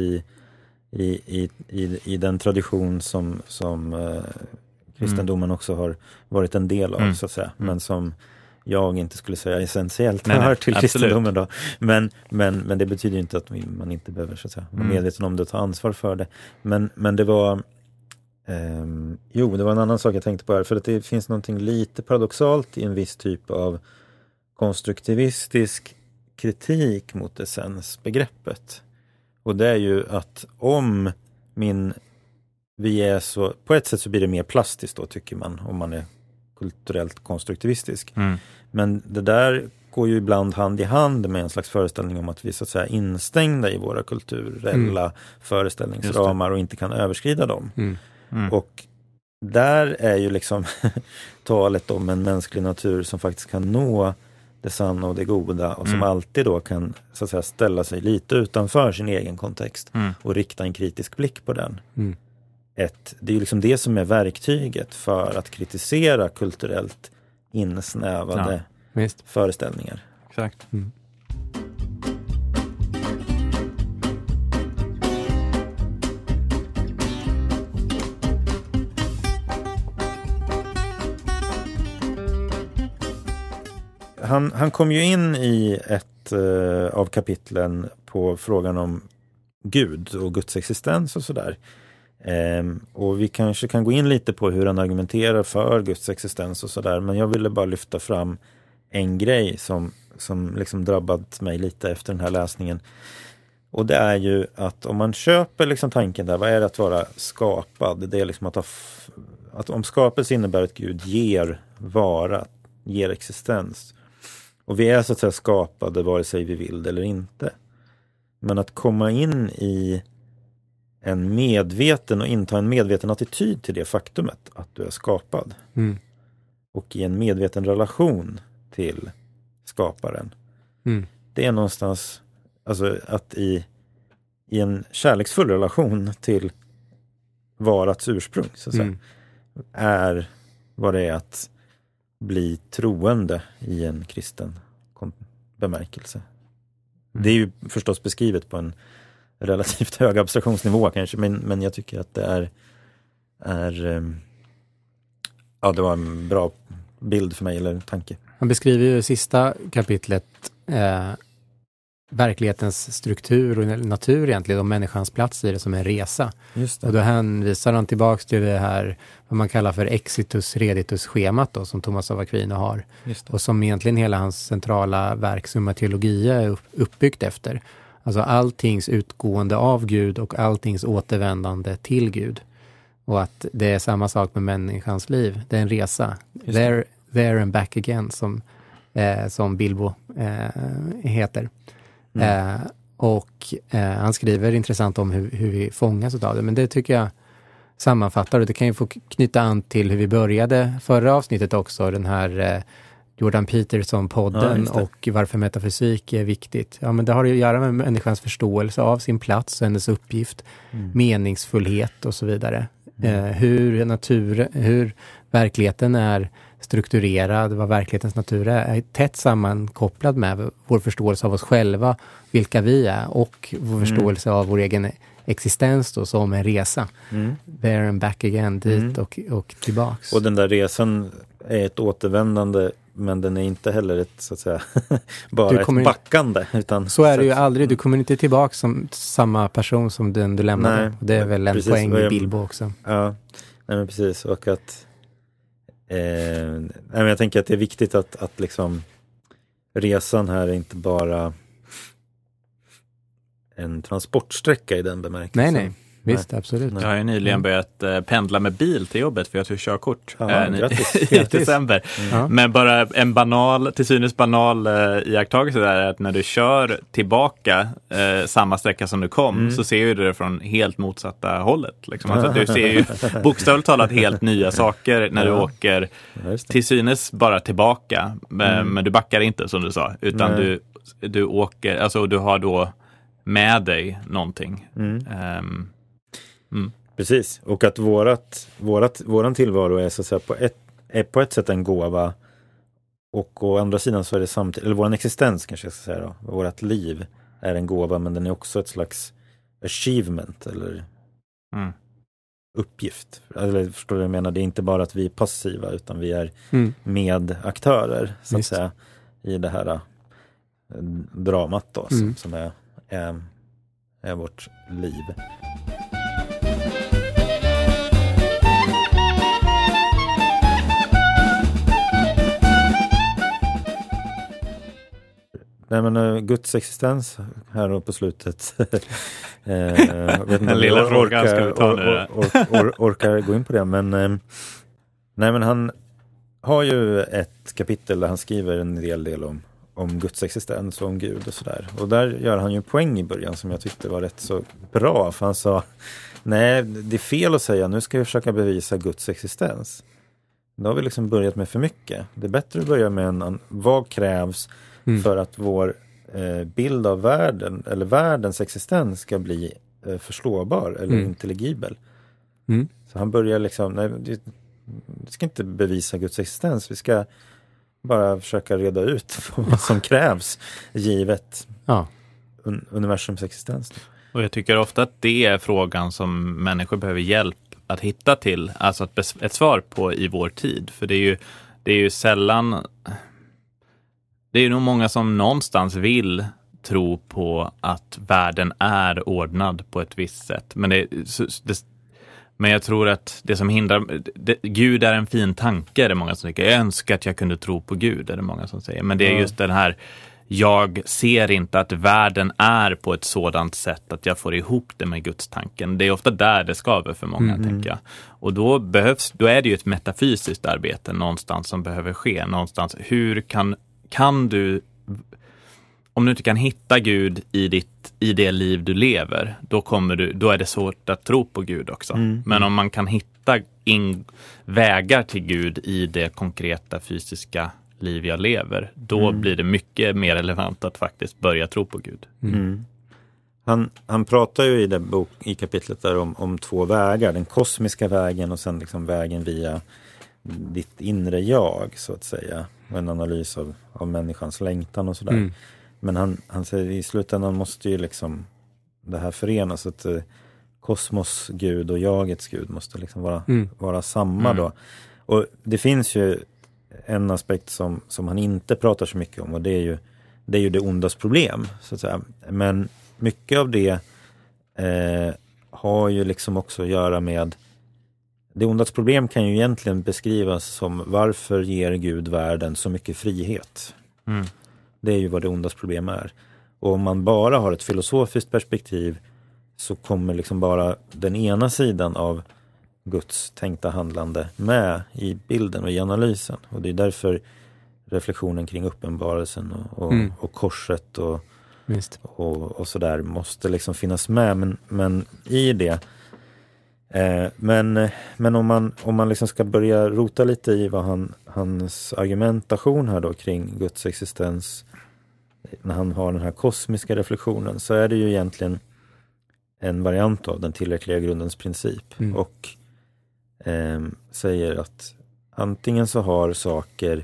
i den tradition som kristendomen också har varit en del av så att säga, men som jag inte skulle säga essentiellt Nej, hör till absolut. kristendomen då. Men det betyder ju inte att man inte behöver så att säga, vara medveten om det och ta ansvar för det. Men det var det var en annan sak jag tänkte på här, för att det finns någonting lite paradoxalt i en viss typ av konstruktivistisk kritik mot essensbegreppet. Och det är ju att om vi är så, på ett sätt så blir det mer plastiskt då, tycker man, om man är kulturellt konstruktivistisk. Men det där går ju ibland hand i hand med en slags föreställning om att vi så att säga är instängda i våra kulturella föreställningsramar och inte kan överskrida dem. Och där är ju liksom talet om en mänsklig natur som faktiskt kan nå det sanna och det goda och som alltid då kan så att säga ställa sig lite utanför sin egen kontext och rikta en kritisk blick på den. Det är ju liksom det som är verktyget för att kritisera kulturellt insnävade föreställningar. Exakt. Han kom ju in i ett av kapitlen på frågan om Gud och Guds existens och sådär. Och vi kanske kan gå in lite på hur han argumenterar för Guds existens och sådär. Men jag ville bara lyfta fram en grej som liksom drabbat mig lite efter den här läsningen. Och det är ju att om man köper liksom tanken där, vad är det att vara skapad? Det är liksom att om skapelse innebär att Gud ger existens. Och vi är så att säga skapade vare sig vi vill det eller inte. Men att komma in i en medveten och inta en medveten attityd till det faktumet att du är skapad. Och i en medveten relation till skaparen. Det är någonstans, alltså att i en kärleksfull relation till varats ursprung så att säga, är vad det är att bli troende i en kristen bemärkelse. Det är ju förstås beskrivet på en relativt hög abstraktionsnivå kanske, men jag tycker att det det var en bra bild för mig, eller tanke. Han beskriver ju i sista kapitlet verklighetens struktur och natur egentligen, och människans plats i det som en resa. Just det. Och då hänvisar han tillbaks till det här, vad man kallar för exitus reditus-schemat då, som Thomas av Aquino har. Och som egentligen hela hans centrala verk Summa Theologia är uppbyggt efter. Alltså alltings utgående av Gud och alltings återvändande till Gud. Och att det är samma sak med människans liv. Det är en resa. There and back again, som Bilbo heter. Och han skriver intressant om hur vi fångas av det. Men det tycker jag sammanfattar, och det kan ju få knyta an till hur vi började förra avsnittet också. Den här Jordan Peterson-podden och varför metafysik är viktigt. Ja, men det har ju att göra med människans förståelse av sin plats och hennes uppgift, meningsfullhet och så vidare. Hur verkligheten är strukturerad, vad verklighetens natur är tätt sammankopplad med vår förståelse av oss själva, vilka vi är, och vår förståelse av vår egen existens då, som en resa. There and back again, dit och tillbaks. Och den där resan är ett återvändande, men den är inte heller ett, så att säga, bara ett backande. Utan så är det ju aldrig. Du kommer inte tillbaka som samma person som den du lämnade. Nej, det är väl en poäng i Bilbo också. Ja, nej, men precis. Och att jag tänker att det är viktigt att liksom resan här är inte bara en transportsträcka i den bemärkelsen. Nej. Visst, absolut. Jag har ju nyligen börjat pendla med bil till jobbet, för jag tog körkort i december. Men bara en till synes banal iakttagelse där är att när du kör tillbaka samma sträcka som du kom, så ser du det från helt motsatta hållet. Liksom. Alltså, du ser ju bokstavligt talat helt nya saker när du åker till synes bara tillbaka. Men du backar inte, som du sa, utan du åker, alltså du har då med dig någonting. Precis, och att våran tillvaro är så att säga på ett sätt en gåva, och å andra sidan så är det samtidigt, eller våran existens kanske jag ska säga då, vårat liv är en gåva, men den är också ett slags achievement, eller uppgift. Eller förstår du vad jag menar? Det är inte bara att vi är passiva utan vi är medaktörer så att säga i det här dramat då som är vårt liv. Nej, men Guds existens här då på slutet. Vet inte den lilla frågan ska vi ta nu. Orkar gå in på det. Men, nej, men han har ju ett kapitel där han skriver en del om Guds existens och om Gud och sådär. Och där gör han ju en poäng i början som jag tyckte var rätt så bra. För han sa, nej, det är fel att säga, nu ska vi försöka bevisa Guds existens. Då har vi liksom börjat med för mycket. Det är bättre att börja med vad krävs för att vår bild av världen eller världens existens ska bli förståbar eller intelligibel. Så han börjar liksom, nej, vi ska inte bevisa Guds existens. Vi ska bara försöka reda ut vad som krävs givet universums existens. Och jag tycker ofta att det är frågan som människor behöver hjälp att hitta till, alltså ett svar på i vår tid. För det är ju sällan, det är ju nog många som någonstans vill tro på att världen är ordnad på ett visst sätt. Men jag tror att det som hindrar, Gud är en fin tanke, är det många som tycker. Jag önskar att jag kunde tro på Gud, är det många som säger. Men det är just den här, jag ser inte att världen är på ett sådant sätt att jag får ihop det med Guds tanken. Det är ofta där det skaver för många, tänker jag. Och då är det ju ett metafysiskt arbete någonstans som behöver ske. Någonstans, hur kan du, om du inte kan hitta Gud i det liv du lever, då är det svårt att tro på Gud också. Men om man kan hitta vägar till Gud i det konkreta fysiska liv jag lever, då blir det mycket mer relevant att faktiskt börja tro på Gud. Han pratar ju i kapitlet där om två vägar, den kosmiska vägen och sen liksom vägen via ditt inre jag, så att säga, och en analys av människans längtan och sådär. Men han säger i slutändan måste ju liksom det här förenas, att kosmos Gud och jagets Gud måste liksom vara samma då. Och det finns ju en aspekt som han inte pratar så mycket om, och det är ju det ondas problem, så att säga. Men mycket av det har ju liksom också att göra med det ondas problem kan ju egentligen beskrivas som varför ger Gud världen så mycket frihet. Det är ju vad det ondas problem är. Och om man bara har ett filosofiskt perspektiv så kommer liksom bara den ena sidan av Guds tänkta handlande med i bilden och i analysen. Och det är därför reflektionen kring uppenbarelsen och korset och sådär måste liksom finnas med. Men i det men om man liksom ska börja rota lite i vad hans argumentation här då kring Guds existens när han har den här kosmiska reflektionen, så är det ju egentligen en variant av den tillräckliga grundens princip och säger att antingen så har saker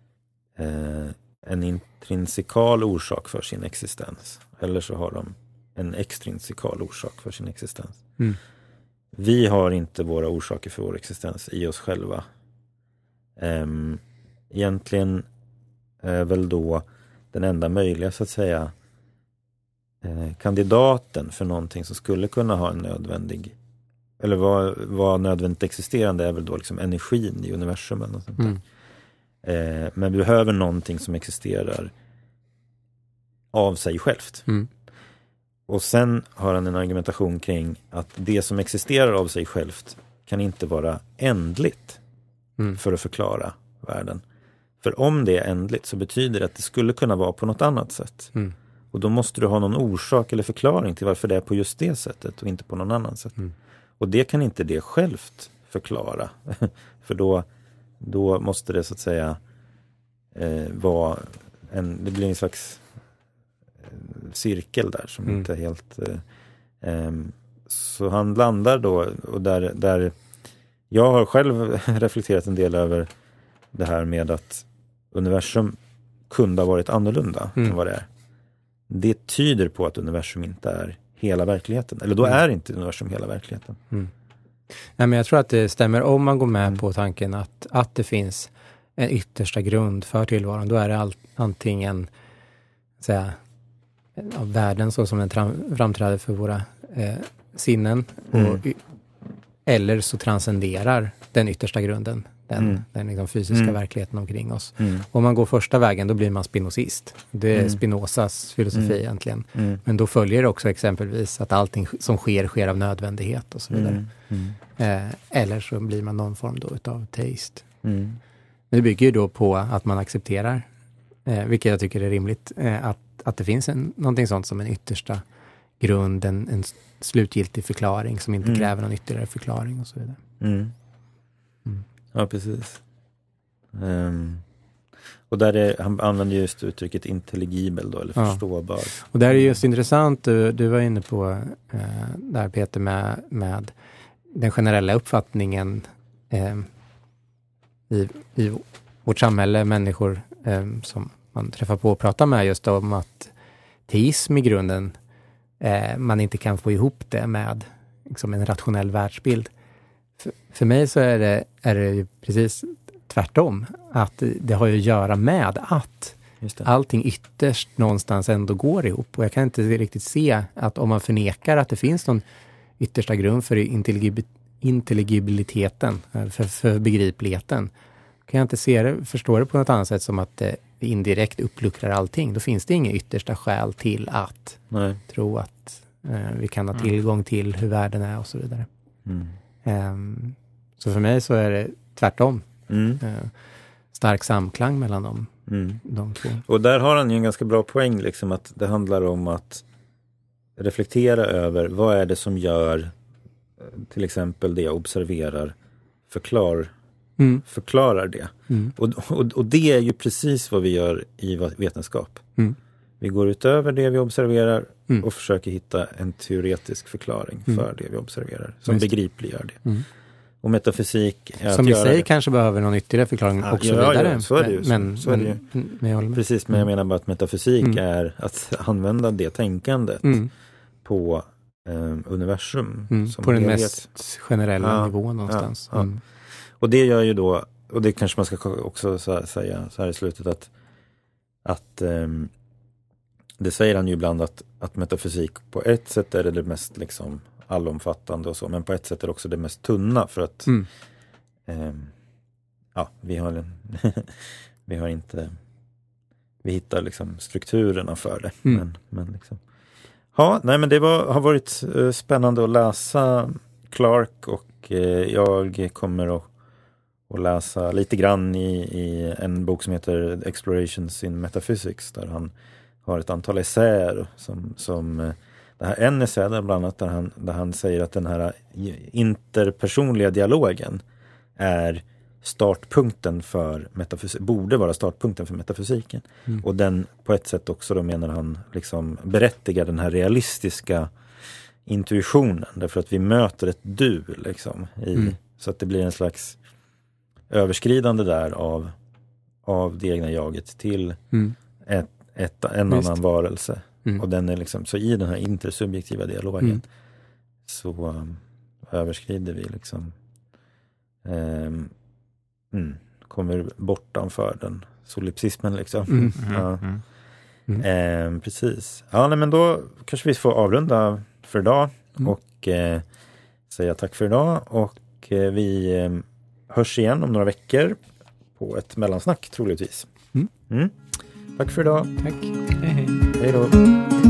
en intrinsikal orsak för sin existens, eller så har de en extrinsikal orsak för sin existens. Vi har inte våra orsaker för vår existens i oss själva. Egentligen är väl då den enda möjliga, så att säga, kandidaten för någonting som skulle kunna ha en nödvändig, eller vad nödvändigt existerande är väl då liksom energin i universum eller något sånt där. Men vi behöver någonting som existerar av sig självt. Och sen har han en argumentation kring att det som existerar av sig självt kan inte vara ändligt för att förklara världen. För om det är ändligt så betyder det att det skulle kunna vara på något annat sätt. Och då måste du ha någon orsak eller förklaring till varför det är på just det sättet och inte på någon annan sätt. Och det kan inte det självt förklara. För då måste det, så att säga, vara det blir en slags cirkel där som inte är helt så han landar då, och där jag har själv reflekterat en del över det här med att universum kunde ha varit annorlunda än vad det är. Det tyder på att universum inte är hela verkligheten, eller då är inte universum hela verkligheten. Nej, men jag tror att det stämmer om man går med på tanken att det finns en yttersta grund för tillvaron. Då är det antingen av världen så som den framträder för våra sinnen. Eller så transcenderar den yttersta grunden den liksom fysiska verkligheten omkring oss. Om man går första vägen, då blir man spinozist. Det är Spinozas filosofi egentligen. Men då följer det också exempelvis att allting som sker av nödvändighet och så vidare. Eller så blir man någon form då utav teist. Det bygger ju då på att man accepterar, vilket jag tycker är rimligt, att det finns någonting sånt som en yttersta grund, en slutgiltig förklaring som inte kräver någon ytterligare förklaring och så vidare. Ja, precis. Och där han använder just uttrycket intelligibel då, eller förståbar. Och där är just intressant, du var inne på där Peter med den generella uppfattningen i vårt samhälle, människor som man träffar på och pratar med just om att teism i grunden man inte kan få ihop det med liksom en rationell världsbild. För mig så är det ju precis tvärtom. Att det har ju att göra med att allting ytterst någonstans ändå går ihop. Och jag kan inte riktigt se att om man förnekar att det finns någon yttersta grund för intelligibiliteten, för begripligheten, kan jag inte förstå det på något annat sätt som att det indirekt uppluckrar allting. Då finns det inga yttersta skäl till att tro att vi kan ha tillgång till hur världen är och så vidare. Så för mig så är det tvärtom. Stark samklang mellan de två. Och där har han ju en ganska bra poäng, liksom, att det handlar om att reflektera över vad är det som gör till exempel det jag observerar förklarar det. Och det är ju precis vad vi gör i vetenskap. Vi går utöver det vi observerar och försöker hitta en teoretisk förklaring för det vi observerar, som begripliggör det. Och metafysik är som i sig kanske behöver någon ytterligare förklaring också vidare. Ja, så är det ju. Precis, men jag menar bara att metafysik är att använda det tänkandet på universum. Som på den mest generella nivån någonstans. Och det gör ju då, och det kanske man ska också säga så här i slutet, att det säger han ju ibland att metafysik på ett sätt är det mest liksom allomfattande och så, men på ett sätt är det också det mest tunna, för att vi hittar liksom strukturerna för det. Men liksom. Men det har varit spännande att läsa Clarke, och jag kommer att läsa lite grann i en bok som heter Explorations in Metaphysics, där han har ett antal essäer som det här en essä där bland annat där han säger att den här interpersonliga dialogen är startpunkten för borde vara startpunkten för metafysiken. Och den på ett sätt också, då menar han, liksom berättigar den här realistiska intuitionen, därför att vi möter ett du liksom så att det blir en slags överskridande där av det egna jaget till en annan varelse. Och den är liksom, så i den här intersubjektiva dialogen så överskrider vi liksom kommer bortanför den solipsismen liksom. Precis. Men då kanske vi får avrunda för idag och säga tack för idag, och vi hörs igen om några veckor på ett mellansnack troligtvis. Tack för idag. Tack. Hej då.